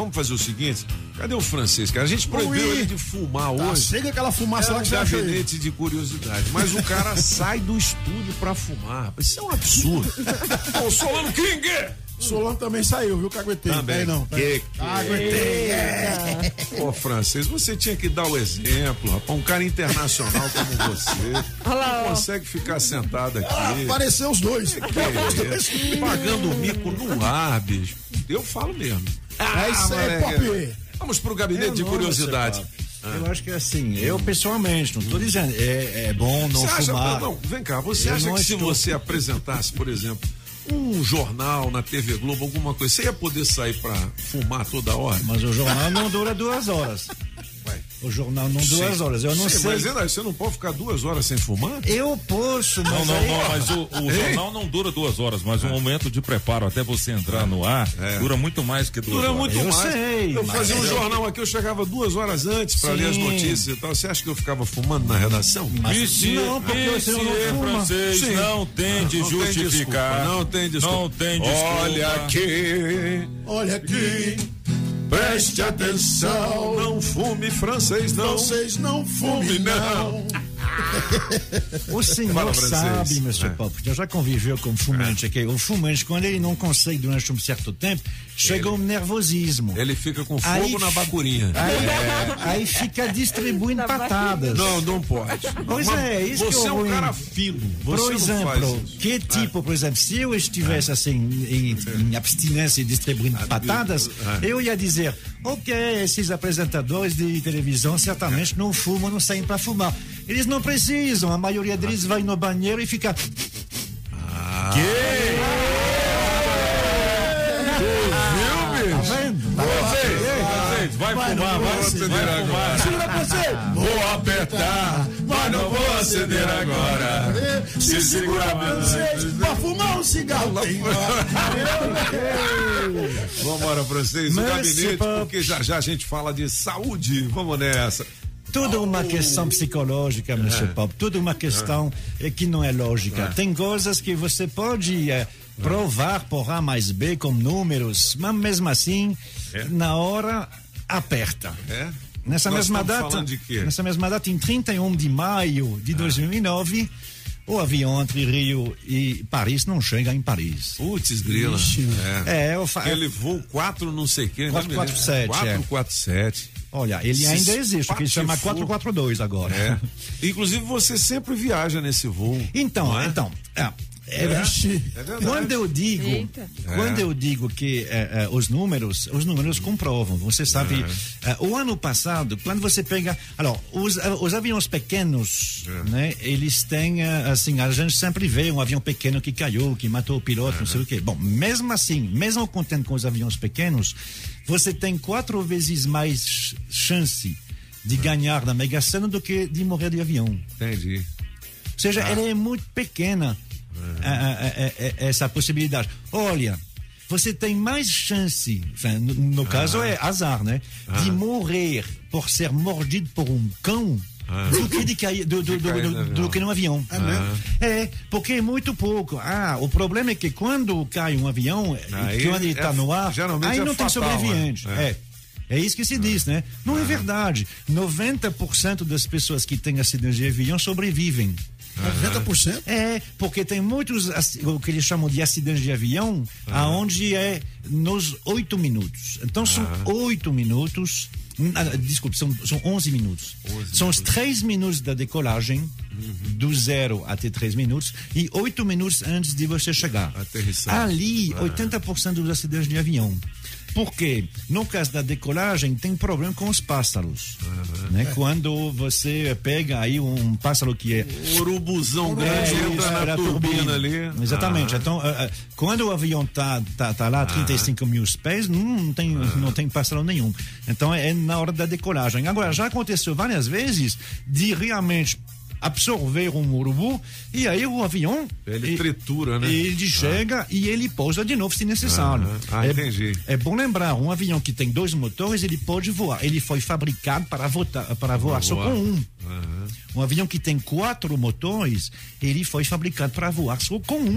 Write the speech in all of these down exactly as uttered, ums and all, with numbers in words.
vamos fazer o seguinte, cadê o francês, cara? A gente proibiu Ui. ele de fumar Tá, hoje. chega aquela fumaça É lá um que você acha aí. gabinete de curiosidade, mas o cara sai do estúdio pra fumar, rapaz, isso é um absurdo. Ô, Solano King! Solano também saiu, viu? Caguetei. Também. Peraí, não. Que, que... Caguetei. É. Pô, francês, você tinha que dar o exemplo, rapaz. Um cara internacional como você não consegue ficar sentado aqui. Ah, apareceu os dois. Que é isso? Pagando mico no ar, bicho. Eu falo mesmo. Ah, é isso aí, moleque. Pop. Vamos pro gabinete Eu de não, curiosidade. Ah. Eu acho que assim, eu pessoalmente, não estou dizendo, é, é bom não Você acha, fumar. não, vem cá, você Eu acha não que se estou- você apresentasse, por exemplo, um jornal na T V Globo, alguma coisa, você ia poder sair pra fumar toda hora? Mas o jornal não dura duas horas. Vai. O jornal não dura duas horas. Eu não Sim, sei. mas ainda, você não pode ficar duas horas sem fumar? Eu posso, mas Não, não, aí- não, mas o, o jornal não dura duas horas, mas o momento de preparo até você entrar no ar É. dura muito mais que duas Dura horas. muito Eu mais. sei, eu mas fazia um eu- jornal aqui, eu chegava duas horas antes pra Sim. ler as notícias e tal. Você acha que eu ficava fumando na redação? Monsieur, Não, porque você não monsieur fuma. francês, Sim. não tem de Não tem justificar. desculpa, não tem desculpa. Não tem desculpa. Olha aqui, Olha aqui. preste atenção, não fume francês, não. Vocês não fumem, não. O senhor Fala, francês. sabe, monsieur É. Pop, que já conviveu com fumante aqui. O fumante, quando ele não consegue durante um certo tempo, chega um nervosismo. Ele fica com fogo Aí- na bacurinha. Aí, aí fica distribuindo patadas. Não, não pode. Pois Mas é, isso que Você eu é um vou cara em- fino. Por Você não faz exemplo, isso. que tipo, por exemplo, se eu estivesse assim em, em abstinência e distribuindo patadas, eu ia dizer, ok, esses apresentadores de televisão certamente não fumam, não saem para fumar. Eles não precisam, a maioria deles vai no banheiro e fica. Tá vendo? Francês, vai Vai, fumar, não vai, vou acender vai agora. fumar. Segura pra você. Vou apertar, mas não vou acender agora. Se segurar pra vocês, pra fumar um cigarro. Tem Vambora, francês, o Mas, gabinete, Pop. porque já já a gente fala de saúde. Vamos nessa. Tudo uma questão psicológica, monsieur Pop. Tudo uma questão eh, que não é lógica. Tem coisas que você pode eh, provar por A mais B com números, mas mesmo assim, É. na hora, aperta. É? Nessa Nós mesma estamos data, falando de quê? nessa mesma data, em trinta e um de maio de dois mil e nove, o avião entre Rio e Paris não chega em Paris. Putz, grila. É. É, eu fa... Aquele voo quatro não sei o que. quatro quatro sete, é. quatro quatro sete. Olha, ele ainda existe, que ele chama espatifou. quatro quatro dois agora. É. Inclusive, você sempre viaja nesse voo. Então, não é? então, é, é, Vixe. É verdade. quando eu digo, Eita. quando É. eu digo que é, é, os números, os números comprovam. Você sabe, é, o ano passado, quando você pega, alors, os, é, os aviões pequenos, né? Eles têm, é, assim, a gente sempre vê um avião pequeno que caiu, que matou o piloto, não sei o quê. Bom, mesmo assim, mesmo contando com os aviões pequenos, você tem quatro vezes mais chance de ganhar na Mega Sena do que de morrer de avião. Entendi. Ou seja, ela é muito pequena, a- a- a- a- essa possibilidade. Olha, você tem mais chance, enfin, no, no caso é azar, né? De morrer por ser mordido por um cão do que de cair, do, do, De do, cair do, no do avião. que num avião. É, porque é muito pouco. Ah, o problema é que quando cai um avião, Aí e quando ele é- está no ar, geralmente aí é não tem fatal, sobrevivente. né? É. É isso que se diz, né? Não é verdade. noventa por cento das pessoas que têm acidentes de avião sobrevivem. noventa por cento? É, porque tem muitos, aci- o que eles chamam de acidentes de avião, aonde é nos oito minutos. Então são oito minutos, hum, ah, desculpe, são, são onze minutos. São os três minutos da decolagem, do zero até três minutos, e oito minutos antes de você chegar. Aterrissar. Ali, oitenta por cento dos acidentes de avião. Porque, no caso da decolagem, tem problema com os pássaros. Né? Quando você pega aí um pássaro que é Um urubuzão é, grande isso, entra na era a turbina ali. Exatamente. Ah. Então, uh, uh, quando o avião tá, tá, tá lá a trinta e cinco mil pés, não, não, tem, não tem pássaro nenhum. Então, é na hora da decolagem. Agora, já aconteceu várias vezes de realmente absorver um urubu e aí o avião Ele e- tritura, né? ele chega e ele pousa de novo se necessário. Ah, é, entendi. é bom lembrar, um avião que tem dois motores, ele pode voar. Ele foi fabricado para, votar, para voar só voar. com um. Um avião que tem quatro motores, ele foi fabricado para voar só com um.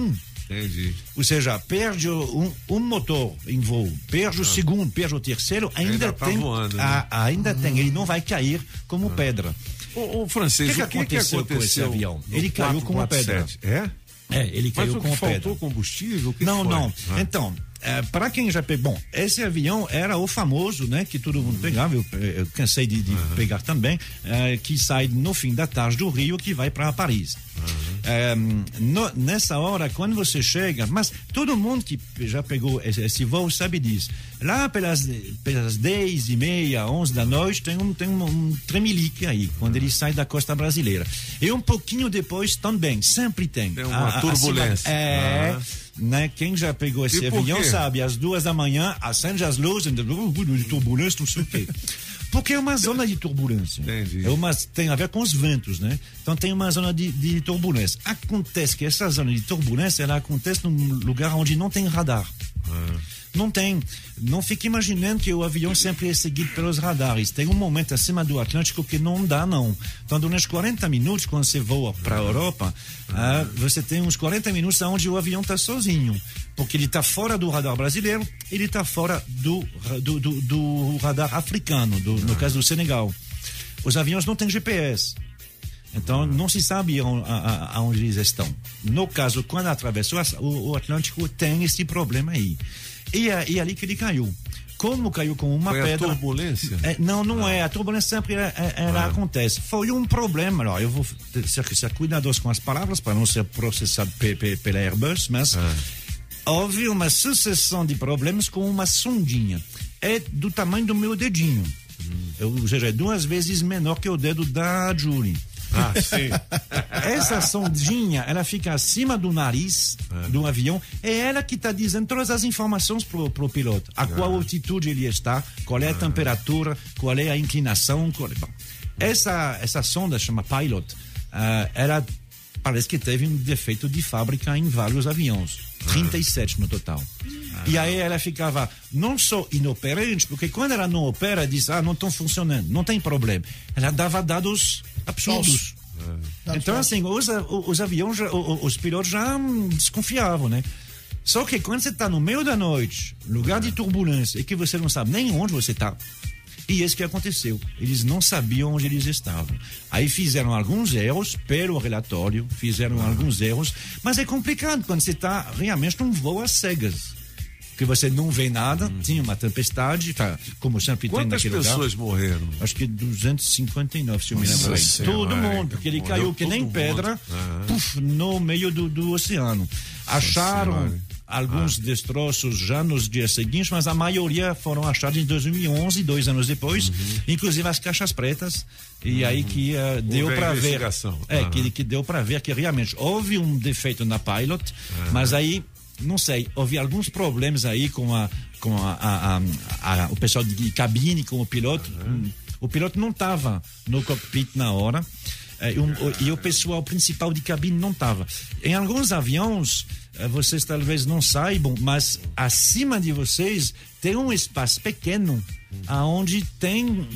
Entendi. Ou seja, perde um, um motor em voo, perde ah. o segundo, perde o terceiro, ainda, ainda tem. Tá voando, né? a, ainda ah. tem, ele não vai cair como ah. pedra. O, o francês, o que, que, aconteceu, que aconteceu com esse avião? Ele caiu como pedra. É? É, ele caiu Mas como pedra. Faltou combustível? O que não, que não. Ah. Então, é, para quem já pegou, bom, esse avião era o famoso, né, que todo mundo pegava, eu, eu cansei de, de uhum. pegar também, é, que sai no fim da tarde do Rio, que vai para Paris. Uhum. É, no, nessa hora, quando você chega, mas todo mundo que já pegou esse, esse voo sabe disso. Lá pelas, pelas dez e meia, onze da noite, tem um, tem um, um tremelique aí, quando ele sai da costa brasileira. E um pouquinho depois também, sempre tem. Tem uma a, turbulência. A, é... Ah. Né? Quem já pegou esse avião sabe, às duas da manhã, acende as luzes, de turbulência, não sei o quê. Porque é uma zona de turbulência. Entendi. É uma, tem a ver com os ventos, né? Então tem uma zona de, de turbulência. Acontece que essa zona de turbulência, ela acontece num lugar onde não tem radar. Ah. Não tem. Não fique imaginando que o avião sempre é seguido pelos radares. Tem um momento acima do Atlântico que não dá, não. Então, durante quarenta minutos, quando você voa para a Europa, ah, você tem uns quarenta minutos onde o avião está sozinho. Porque ele está fora do radar brasileiro, ele está fora do, do, do, do radar africano, do, no caso do Senegal. Os aviões não têm G P S. Então, não se sabe aonde eles estão. No caso, quando atravessou o, o Atlântico, tem esse problema aí. E é, e é ali que ele caiu. Como caiu com uma Foi pedra. A turbulência? É, não, não ah. é. A turbulência sempre ela, ela ah. acontece. Foi um problema. Ó, eu vou ser, ser cuidadoso com as palavras para não ser processado pe, pe, pela Airbus, mas ah. houve uma sucessão de problemas com uma sondinha. É do tamanho do meu dedinho. Hum. Ou seja, é duas vezes menor que o dedo da Julie. Ah, sim. Essa sondinha, ela fica acima do nariz é. do avião, é ela que está dizendo todas as informações pro, pro piloto. A qual é. altitude ele está, qual é a é. temperatura, qual é a inclinação. Qual é... Bom, essa, essa sonda chama Pilot, uh, ela parece que teve um defeito de fábrica em vários aviões, trinta e sete no total. Ah. E aí ela ficava não só inoperante, porque quando ela não opera, diz, ah, não estão funcionando, não tem problema. Ela dava dados absurdos. É. Então, assim, os, os aviões, os pilotos já desconfiavam, né? Só que quando você está no meio da noite, lugar de turbulência, e que você não sabe nem onde você está, e isso que aconteceu. Eles não sabiam onde eles estavam. Aí fizeram alguns erros, pelo relatório, fizeram ah. alguns erros, mas é complicado quando você está realmente num voo às cegas. Que você não vê nada, hum. tinha uma tempestade, tá, como sempre tem naquele lugar. Quantas pessoas morreram? Acho que duzentos e cinquenta e nove, se eu me lembro bem. Todo mundo, porque ele caiu que nem pedra, puff, no meio do, do oceano. Acharam Nossa, alguns ah. destroços já nos dias seguintes, mas a maioria foram achados em dois mil e onze, dois anos depois, uhum. inclusive as caixas pretas, e uhum. aí que uh, deu para ver, é, uhum. que, que deu para ver que realmente houve um defeito na Pilot, uhum. mas aí não sei, houve alguns problemas aí com, a, com a, a, a, a, o pessoal de cabine, com o piloto. Uhum. O piloto não estava no cockpit na hora é, e, o, e o pessoal principal de cabine não estava. Em alguns aviões, vocês talvez não saibam, mas acima de vocês tem um espaço pequeno onde tem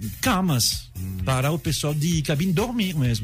camas uhum. para o pessoal de cabine dormir mesmo.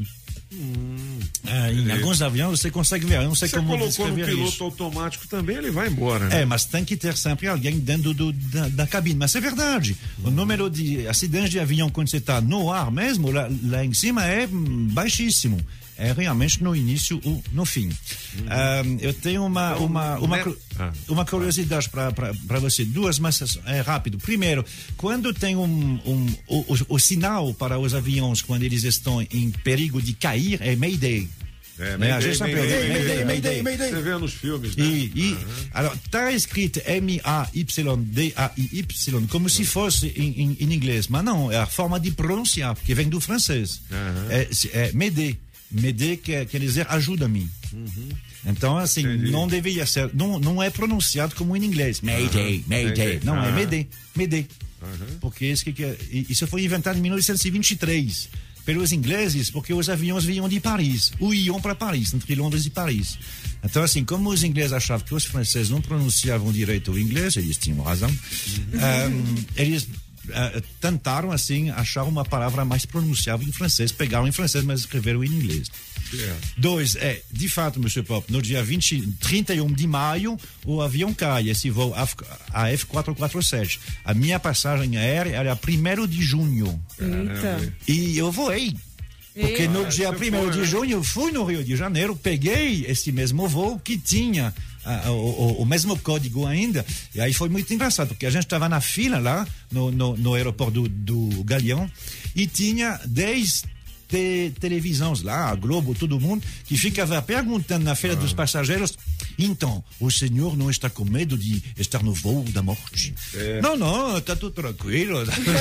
Hum, é, em alguns aviões você consegue ver, eu não sei você como colocou no piloto isso. automático também, ele vai embora, né? É, mas tem que ter sempre alguém dentro do, da, da cabine, mas é verdade, hum. o número de acidentes de avião quando você está no ar mesmo, lá, lá em cima é baixíssimo, é realmente no início ou no fim. Uhum. Um, eu tenho uma então, uma uma, né? ah. uma curiosidade para você, duas, mas é rápido. Primeiro, quando tem um, um o, o, o sinal para os aviões quando eles estão em perigo de cair é Mayday. É, Mayday, a gente sabe Mayday, Mayday, Mayday, Mayday, Mayday. Você vê nos filmes, né? E, e uhum. alors, tá escrito M A Y D A I Y como uhum. se fosse em, em, em inglês, mas não, é a forma de pronunciar, porque vem do francês. Uhum. É, é Mayday. Mayday quer, quer dizer ajuda-me. Uhum. Então, assim, Entendi. não deveria ser, não, não é pronunciado como em inglês. Mayday, uhum. Mayday. Não, uhum. é Mayday, Mayday. Uhum. Porque isso, que, isso foi inventado em mil novecentos e vinte e três pelos ingleses, porque os aviões vinham de Paris, ou iam para Paris, entre Londres e Paris. Então, assim, como os ingleses achavam que os franceses não pronunciavam direito o inglês, eles tinham razão, uhum. um, eles uh, tentaram assim achar uma palavra mais pronunciável em francês, pegaram em francês, mas escreveram em inglês. Yeah. Dois, é, de fato, monsieur Pop, no dia vinte, trinta e um de maio, o avião cai, esse voo A F quatrocentos e quarenta e sete. A minha passagem aérea era primeiro de junho. Eita. E eu voei. Porque Eita. no dia primeiro de junho eu fui no Rio de Janeiro, peguei esse mesmo voo que tinha uh, o, o, o mesmo código ainda, e aí foi muito engraçado, porque a gente estava na fila lá no, no, no aeroporto do, do Galeão e tinha dez Te, televisões lá, a Globo, todo mundo, que ficava perguntando na feira ah. dos passageiros, então, o senhor não está com medo de estar no voo da morte? É. Não, não, está tudo tranquilo.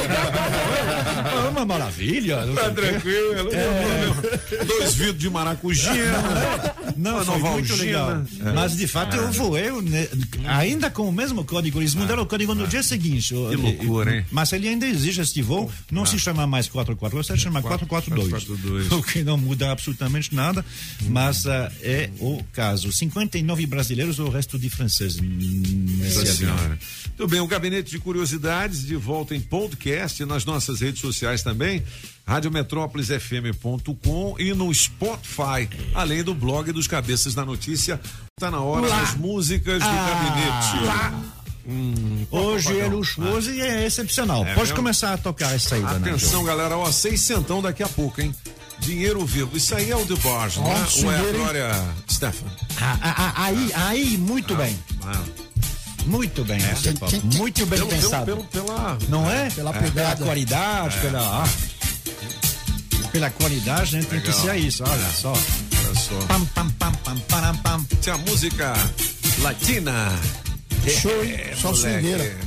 É uma maravilha. Está tranquilo. É. Dois vidros de maracujá. Não, não, foi muito legal. É. Mas, de fato, ah. eu voei, ainda com o mesmo código, eles mudaram ah. o código no ah. dia seguinte. Que loucura, hein? Mas ele ainda existe, este voo, não ah. se chama mais quatrocentos e quarenta e sete, se chama quatrocentos e quarenta e dois. O que não muda absolutamente nada, hum. mas uh, é o caso. cinquenta e nove brasileiros, o resto de franceses. Nossa senhora. Muito bem, o Gabinete de Curiosidades de volta em podcast, nas nossas redes sociais também, rádio metrópolis f m ponto com e no Spotify, além do blog dos Cabeças da Notícia. Está na hora lá. das músicas do ah. Gabinete. Lá. Hum, Hoje é luxuoso ah. e é excepcional. É Pode mesmo? começar a tocar essa aí, Atenção, né, galera, ó, seis centão daqui a pouco, hein? Dinheiro vivo. Isso aí é o DeBarge, né? Ou é a Glória Stefan? Ah, ah, ah, aí, aí, muito ah, bem. Ah. Muito bem, é. Você, quem, quem, muito bem pelo, pensado. Pelo, pelo, pela, Não é? Pela, é. pela qualidade, é. pela. Ah, pela qualidade, a gente tem que ser isso, olha é. só. Olha só. Pam, pam, pam, pam, pam, pam. Tem a música latina. Show, é, só swingueira.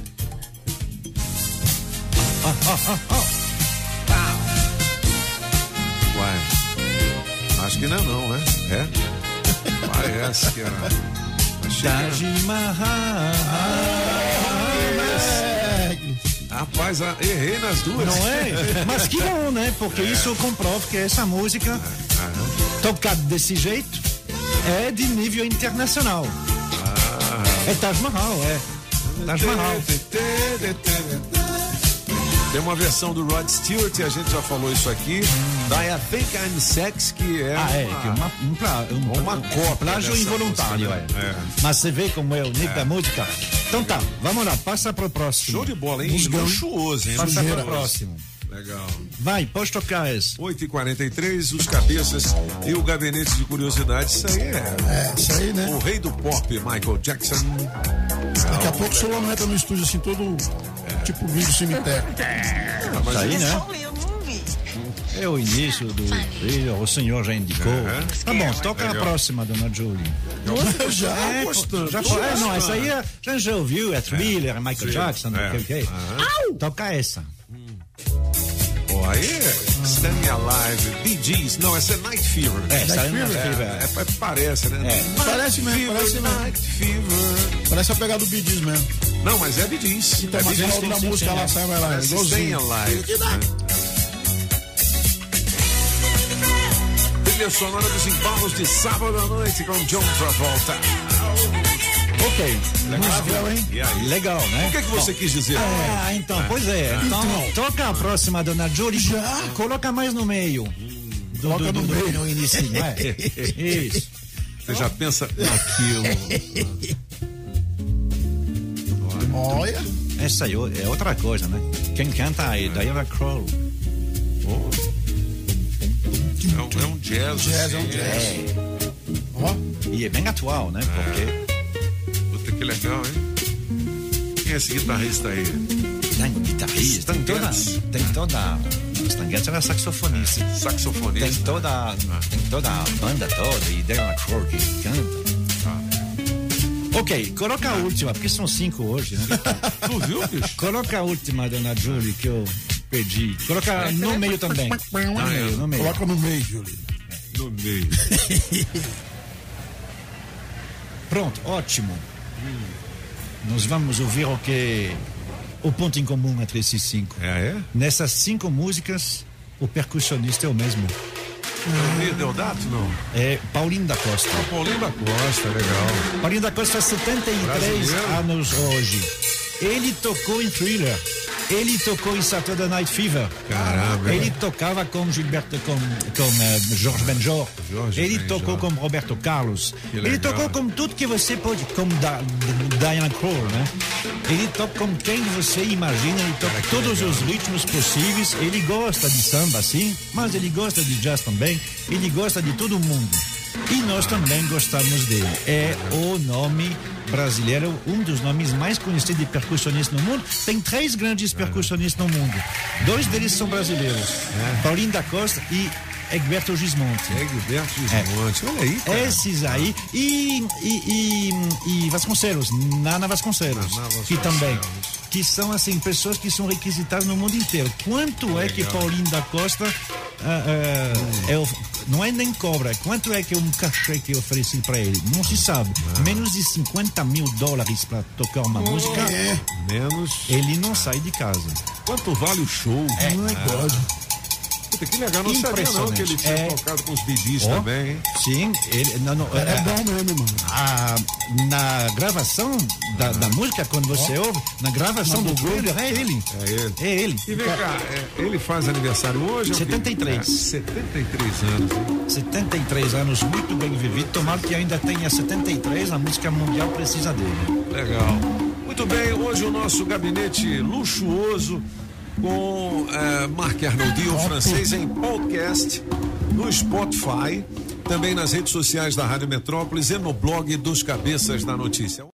Ah, ah, ah, ah. Uai, acho que não é não, né? É? Parece que era. Taj Mahal. Rapaz, errei nas duas. Não é? Mas que bom, né? Porque é. isso comprova que essa música, ah, tocada desse jeito, é de nível internacional. É Taj Mahal, é. Taj Mahal. Tem uma versão do Rod Stewart, e a gente já falou isso aqui, hum. da I Think I'm Sex, que é ah, é, uma, que uma, um pra, um, uma cópia. Plágio involuntário, música, né? é. é. Mas você vê como é o nível é. da música. Então tá, vamos lá, passa pro próximo. Show de bola, hein? Luxuoso, hein? Passa pro próximo. Legal. Vai, pode tocar esse. oito e quarenta e três, os Cabeças e o Gabinete de Curiosidades. Isso aí é. É, isso aí, né? O rei do pop, Michael Jackson. Daqui a pouco o Solano entra no estúdio assim, todo é. tipo vídeo cemitério. É, mas isso aí, né? É o início do vídeo, o senhor já indicou. É. Tá bom, toca Legal. a próxima, dona Julie. Eu já é, gostando. Já foi, é, não, essa aí a gente já ouviu, é Thriller, é Michael Sim. Jackson, é. ok, ok. Uhum. Toca essa. Aí é Staying Alive, Bee Gees, não, essa é Night Fever. É, Night Fever, é, é, é, parece, né? É. Parece mesmo, Fever, parece mesmo. Night Fever. Parece a pegada do Bee Gees mesmo. Não, mas é Bee Gees. Então, é mas a outra música lá sai, vai lá. Staying Alive. Trilha sonora dos embalos de sábado à noite com John Travolta. Ok, legal, hein? E aí? Legal, né? O que é que você Bom, quis dizer? Ah, então, pois é. Então, então, toca a próxima, dona Julie. Já? Coloca mais no meio. Hum, do, coloca do, no do, meio. No início, é? Isso. Você já pensa naquilo. Olha. Essa aí é outra coisa, né? Quem canta aí? Diana Krall. Oh. É, um, é um jazz. jazz assim, é um jazz. É. Oh. E é bem atual, né? É. Porque... Que legal, hein? Quem é esse guitarrista aí? Tem guitarrista, tem toda, tem toda, Stan Getz era saxofonista. É, saxofonista. Tem toda, ah. tem toda a banda toda e Diana Krall que canta. Ah. Ok, coloca ah. a última, porque são cinco hoje, né? Tu viu, bicho? Coloca a última, dona Julie, que eu pedi. Coloca no meio também. No meio, no meio. Coloca no meio, Julie. No meio. Pronto, ótimo. Nós vamos ouvir o que o ponto em comum entre esses cinco. É, é? Nessas cinco músicas, o percussionista é o mesmo. É o Deodato, não? É Paulinho da Costa. Ah, Paulinho da Costa, legal. Paulinho da Costa, setenta e três anos hoje. Ele tocou em Thriller. Ele tocou em Saturday Night Fever. Caramba. Ele tocava com Gilberto, com, com uh, George Benjor. Jorge Ele Benjor. tocou com Roberto Carlos. Que Ele legal. tocou com tudo que você pode, como da, Diana Krall, né? Ele toca com quem você imagina, ele toca que todos legal. os ritmos possíveis. Ele gosta de samba, sim, mas ele gosta de jazz também. Ele gosta de todo mundo. E nós também gostamos dele. É o nome brasileiro, um dos nomes mais conhecidos de percussionistas no mundo. Tem três grandes percussionistas no mundo. Dois deles são brasileiros. Paulinho da Costa e Egberto Gismonti. Egberto Gismonti, olha aí, cara. Esses aí. E, e, e, e Vasconcelos, Nana Vasconcelos, Nana Vasconcelos. que também. Que são, assim, pessoas que são requisitadas no mundo inteiro. Quanto é que Paulinho da Costa ah, ah, é, of- não é nem cobra? Quanto é que é um cachê que eu ofereci para ele? Não se sabe. Menos de cinquenta mil dólares para tocar uma música. É, Menos. Ele não sai de casa. Quanto vale o show? não é pode. Puta, que legal, não sabia não que ele tinha É. tocado com os Bidis Ó. também, hein? Sim, ele. Não, não, É é- bom mesmo, mano. a, na gravação da, da música, quando você ouve, na gravação do Griller, é ele. É ele. É ele. E vem cá, é, ele faz aniversário hoje? é o quê? setenta e três. É, setenta e três anos, hein? setenta e três anos, muito bem vivido. Tomara que ainda tenha setenta e três, a música mundial precisa dele. Legal. Muito bem, hoje o nosso gabinete luxuoso com é, Marc Arnoldi, o francês, em podcast, no Spotify, também nas redes sociais da Rádio Metrópolis e no blog dos Cabeças da Notícia.